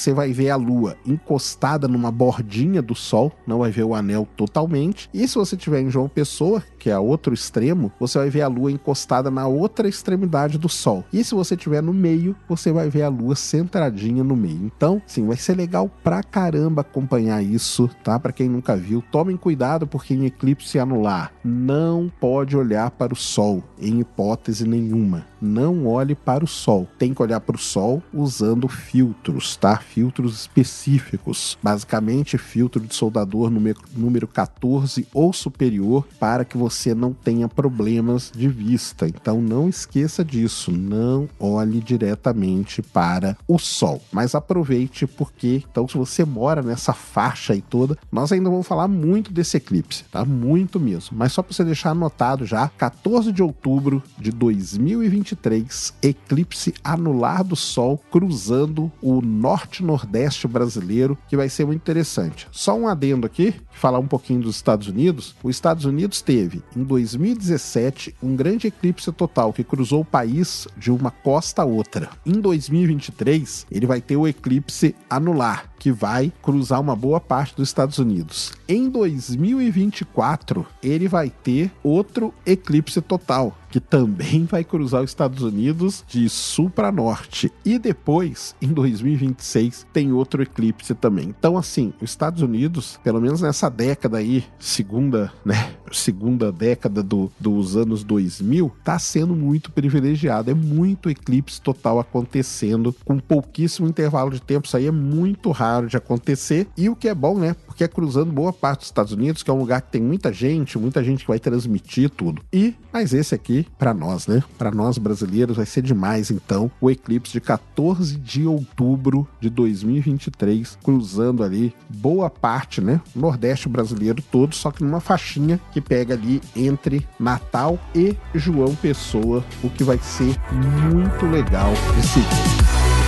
ver a Lua encostada numa bordinha do Sol, não vai ver o anel totalmente. E se você estiver em João Pessoa, que é o outro extremo, você vai ver a Lua encostada na outra extremidade do Sol. E se você estiver no meio, você vai ver a Lua centradinha no meio. Então, sim, vai ser legal pra caramba acompanhar isso, tá? Pra quem nunca viu, tomem cuidado, porque em eclipse anular não pode olhar para o Sol, em hipótese nenhuma. Não olhe para o Sol. Tem que olhar para o Sol usando filtros, tá? Filtros específicos. Basicamente, filtro de soldador número, número catorze ou superior, para que você não tenha problemas de vista. Então, não esqueça disso. Não olhe diretamente para o Sol. Mas aproveite, porque, então, se você mora nessa faixa aí toda, nós ainda vamos falar muito desse eclipse, tá? Muito mesmo. Mas só para você deixar anotado já, quatorze de outubro de dois mil e vinte e três, eclipse anular do Sol cruzando o norte-nordeste brasileiro, que vai ser muito interessante. Só um adendo aqui, falar um pouquinho dos Estados Unidos. Os Estados Unidos teve, em dois mil e dezessete, um grande eclipse total que cruzou o país de uma costa a outra. Em dois mil e vinte e três, ele vai ter o eclipse anular, que vai cruzar uma boa parte dos Estados Unidos. Em dois mil e vinte e quatro, ele vai ter outro eclipse total, que também vai cruzar os Estados Unidos de sul para norte. E depois, em dois mil e vinte e seis, tem outro eclipse também. Então, assim, os Estados Unidos, pelo menos nessa década aí, segunda, né, segunda década do, dos anos dois mil, tá sendo muito privilegiado. É muito eclipse total acontecendo, com pouquíssimo intervalo de tempo. Isso aí é muito raro de acontecer. E o que é bom, né, porque é cruzando boa parte dos Estados Unidos, que é um lugar que tem muita gente, muita gente que vai transmitir tudo. E, mas esse aqui, para nós, né, para nós brasileiros, vai ser demais, então, o eclipse de quatorze de outubro de dois mil e vinte e três, cruzando ali boa parte, né, o Nordeste brasileiro todo, só que numa faixinha que pega ali entre Natal e João Pessoa, o que vai ser muito legal de seguir.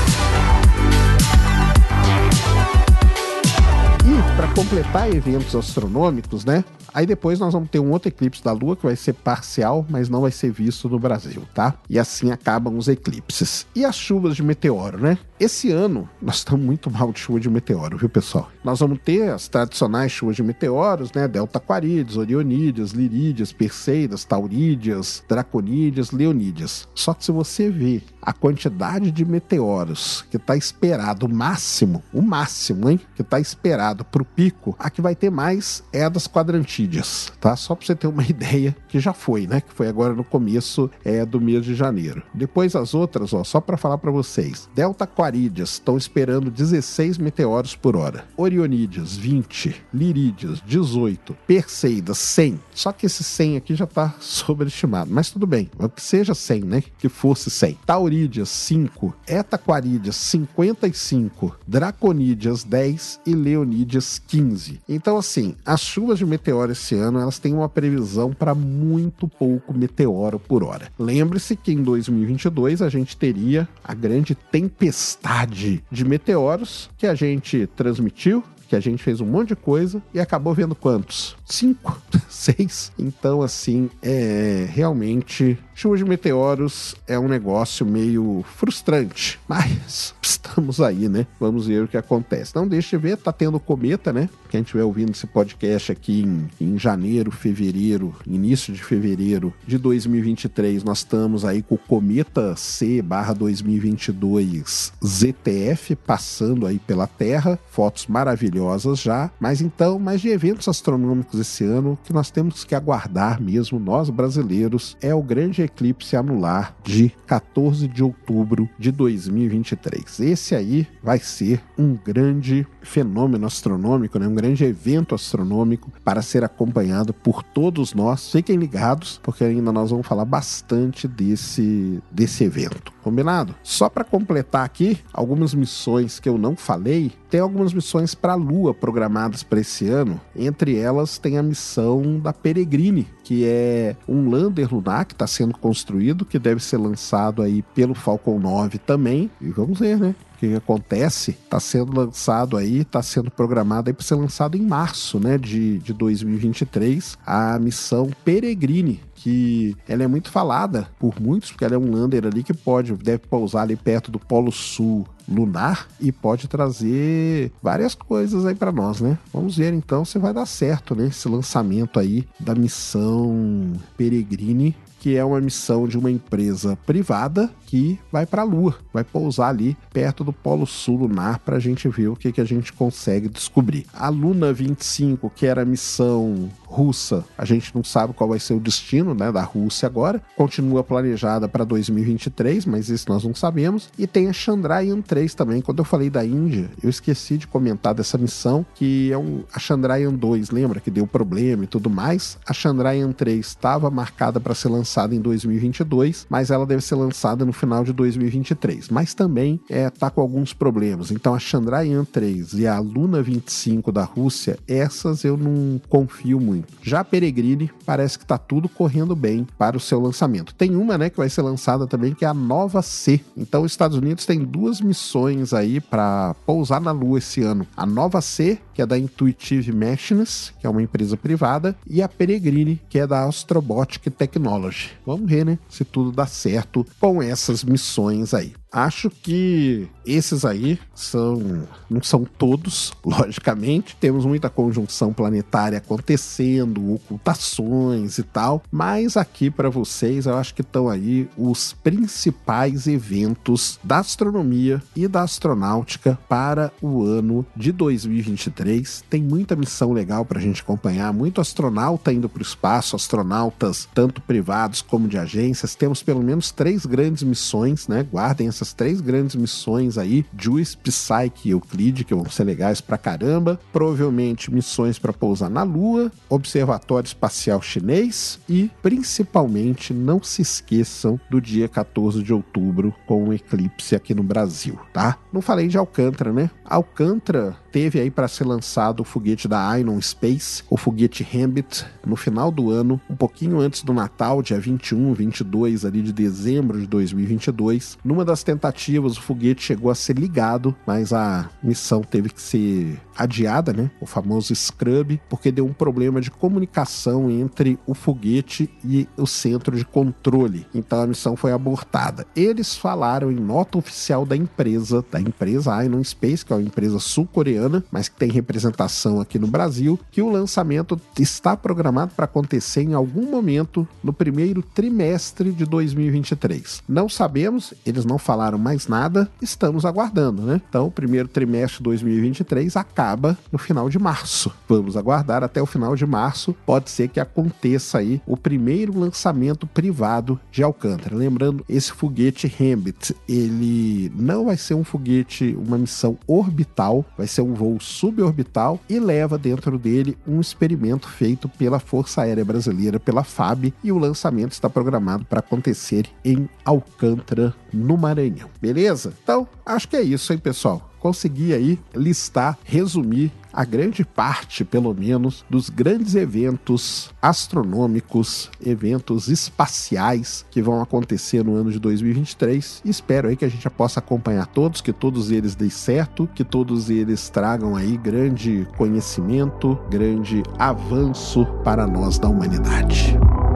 E para completar eventos astronômicos, né? Aí depois nós vamos ter um outro eclipse da Lua que vai ser parcial, mas não vai ser visto no Brasil, tá? E assim acabam os eclipses. E as chuvas de meteoro, né? Esse ano nós estamos muito mal de chuva de meteoro, viu, pessoal? Nós vamos ter as tradicionais chuvas de meteoros, né? Delta Aquarídeos, Orionídeas, Lirídeas, Perseidas, Taurídeas, Draconídeas, Leonídeas. Só que se você ver a quantidade de meteoros que está esperado, o máximo, o máximo, hein? Que está esperado para o pico, a que vai ter mais é a das quadrantídeas, tá? Só para você ter uma ideia, que já foi, né? Que foi agora no começo é, do mês de janeiro. Depois as outras, ó, só para falar para vocês. Delta Aquarídeas estão esperando dezesseis meteoros por hora. Orionídeas, vinte. Lirídeas, dezoito. Perseidas, cem. Só que esse cem aqui já está sobreestimado, mas tudo bem. Que seja cem, né? Que fosse cem. Taurídeas, cinco. Etaquarídeas, cinquenta e cinco. Draconídeas, dez. E Leonídeas, quinze. Então, assim, as chuvas de meteoro esse ano, elas têm uma previsão para muito pouco meteoro por hora. Lembre-se que em dois mil e vinte e dois a gente teria a grande tempestade de meteoros que a gente transmitiu, que a gente fez um monte de coisa e acabou vendo quantos? Cinco? Seis? Então, assim, é realmente... chuva de meteoros é um negócio meio frustrante, mas estamos aí, né? Vamos ver o que acontece. Não deixe de ver, tá tendo cometa, né? Quem estiver ouvindo esse podcast aqui em, em janeiro, fevereiro, início de fevereiro de dois mil e vinte e três, nós estamos aí com o cometa C barra dois mil e vinte e dois Z T F passando aí pela Terra, fotos maravilhosas já, mas então, mais de eventos astronômicos esse ano que nós temos que aguardar mesmo, nós brasileiros, é o grande eclipse anular de quatorze de outubro de dois mil e vinte e três. Esse aí vai ser um grande fenômeno astronômico, né? Um grande evento astronômico para ser acompanhado por todos nós. Fiquem ligados, porque ainda nós vamos falar bastante desse, desse evento. Combinado? Só para completar aqui, algumas missões que eu não falei, tem algumas missões para a Lua programadas para esse ano. Entre elas tem a missão da Peregrine, que é um lander lunar que está sendo construído, que deve ser lançado aí pelo Falcon nove também. E vamos ver, né? O que acontece, está sendo lançado aí, está sendo programado aí para ser lançado em março, né, de, de dois mil e vinte e três, a missão Peregrine, que ela é muito falada por muitos, porque ela é um lander ali que pode, deve pousar ali perto do Polo Sul lunar e pode trazer várias coisas aí para nós, né? Vamos ver então se vai dar certo, né? Esse lançamento aí da missão Peregrine, que é uma missão de uma empresa privada que vai para a Lua, vai pousar ali perto do Polo Sul lunar para a gente ver o que, que a gente consegue descobrir. A Luna vinte e cinco, que era a missão russa, a gente não sabe qual vai ser o destino, né, da Rússia agora, continua planejada para dois mil e vinte e três, mas isso nós não sabemos. E tem a Chandrayaan três também. Quando eu falei da Índia, eu esqueci de comentar dessa missão, que é um, a Chandrayaan dois, lembra que deu problema e tudo mais? A Chandrayaan três estava marcada para ser lançada em dois mil e vinte e dois, mas ela deve ser lançada no final de dois mil e vinte e três, mas também está é, com alguns problemas. Então a Chandrayaan três e a Luna vinte e cinco da Rússia, essas eu não confio muito. Já a Peregrine parece que está tudo correndo bem para o seu lançamento. Tem uma, né, que vai ser lançada também, que é a Nova C. Então os Estados Unidos tem duas missões aí para pousar na Lua esse ano. A Nova C, que é da Intuitive Machines, que é uma empresa privada, e a Peregrine, que é da Astrobotic Technology. Vamos ver, né, se tudo dá certo com essas missões aí. Acho que esses aí são, não são todos, logicamente. Temos muita conjunção planetária acontecendo, ocultações e tal. Mas aqui para vocês, eu acho que estão aí os principais eventos da astronomia e da astronáutica para o ano de dois mil e vinte e três. Tem muita missão legal para a gente acompanhar, muito astronauta indo para o espaço, astronautas tanto privados como de agências. Temos pelo menos três grandes missões, né? Guardem essa essas três grandes missões aí, JUICE, Psyche e Euclide, que vão ser legais pra caramba. Provavelmente missões para pousar na Lua, Observatório Espacial Chinês e, principalmente, não se esqueçam do dia quatorze de outubro com um eclipse aqui no Brasil, tá? Não falei de Alcântara, né? Alcântara teve aí para ser lançado o foguete da Ion Space, o foguete Hambit, no final do ano, um pouquinho antes do Natal, dia vinte e um, vinte e dois ali de dezembro de dois mil e vinte e dois. Numa das tentativas, o foguete chegou a ser ligado, mas a missão teve que ser adiada, né? O famoso scrub, porque deu um problema de comunicação entre o foguete e o centro de controle. Então a missão foi abortada. Eles falaram em nota oficial da empresa, da empresa Ion Space, que é uma empresa sul-coreana, mas que tem representação aqui no Brasil, que o lançamento está programado para acontecer em algum momento no primeiro trimestre de dois mil e vinte e três. Não sabemos, eles não falaram mais nada, estamos aguardando, né? Então, o primeiro trimestre de dois mil e vinte e três acaba no final de março. Vamos aguardar até o final de março, pode ser que aconteça aí o primeiro lançamento privado de Alcântara. Lembrando, esse foguete Hambit, ele não vai ser um foguete, uma missão orbital, vai ser um voo suborbital e leva dentro dele um experimento feito pela Força Aérea Brasileira, pela F A B, e o lançamento está programado para acontecer em Alcântara, no Maranhão. Beleza? Então, acho que é isso, hein, pessoal? Consegui aí listar, resumir a grande parte, pelo menos, dos grandes eventos astronômicos, eventos espaciais que vão acontecer no ano de dois mil e vinte e três. E espero aí que a gente já possa acompanhar todos, que todos eles deem certo, que todos eles tragam aí grande conhecimento, grande avanço para nós da humanidade.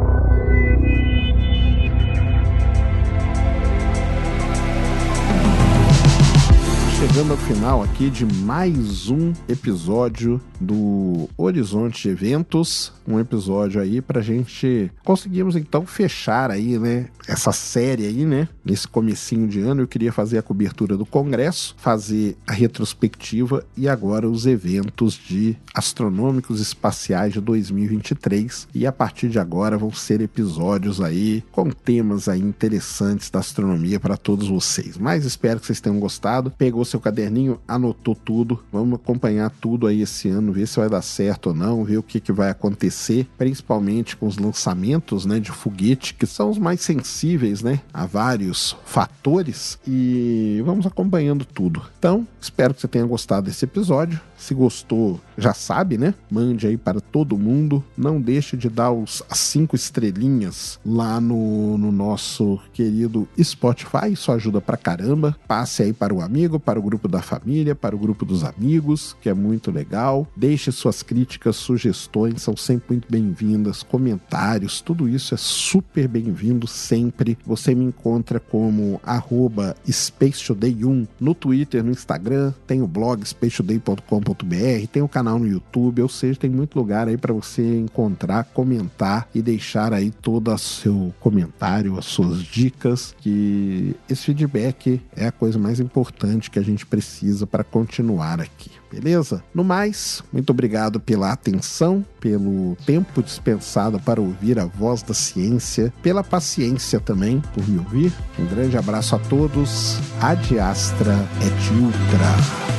Chegando ao final aqui de mais um episódio do Horizonte de Eventos, um episódio aí pra gente conseguirmos então fechar aí, né, essa série aí, né, nesse comecinho de ano. Eu queria fazer a cobertura do congresso, fazer a retrospectiva e agora os eventos de astronômicos espaciais de dois mil e vinte e três, e a partir de agora vão ser episódios aí com temas aí interessantes da astronomia para todos vocês. Mas espero que vocês tenham gostado. Pegou seu caderninho, anotou tudo, vamos acompanhar tudo aí esse ano, ver se vai dar certo ou não, ver o que, que vai acontecer, principalmente com os lançamentos, né, de foguete, que são os mais sensíveis, né, a vários fatores, e vamos acompanhando tudo. Então, espero que você tenha gostado desse episódio. Se gostou, já sabe, né? Mande aí para todo mundo. Não deixe de dar os, as cinco estrelinhas lá no, no nosso querido Spotify. Isso ajuda pra caramba. Passe aí para o amigo, para o grupo da família, para o grupo dos amigos, que é muito legal. Deixe suas críticas, sugestões, são sempre muito bem-vindas. Comentários, tudo isso é super bem-vindo sempre. Você me encontra como arroba Space Today um no Twitter, no Instagram. Tem o blog space today ponto com ponto b r, tem o canal no YouTube, ou seja, tem muito lugar aí para você encontrar, comentar e deixar aí todo o seu comentário, as suas dicas, que esse feedback é a coisa mais importante que a gente precisa para continuar aqui, beleza? No mais, muito obrigado pela atenção, pelo tempo dispensado para ouvir a voz da ciência, pela paciência também por me ouvir. Um grande abraço a todos. Ad Astra et Ultra.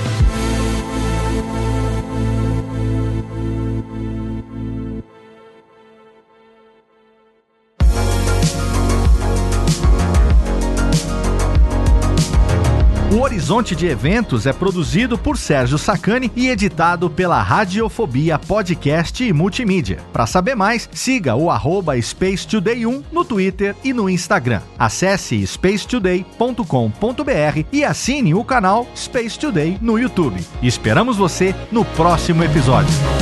O Horizonte de Eventos é produzido por Sérgio Sacani e editado pela Radiofobia Podcast e Multimídia. Para saber mais, siga o arroba Space Today um no Twitter e no Instagram. Acesse space today ponto com ponto b r e assine o canal Space Today no YouTube. Esperamos você no próximo episódio.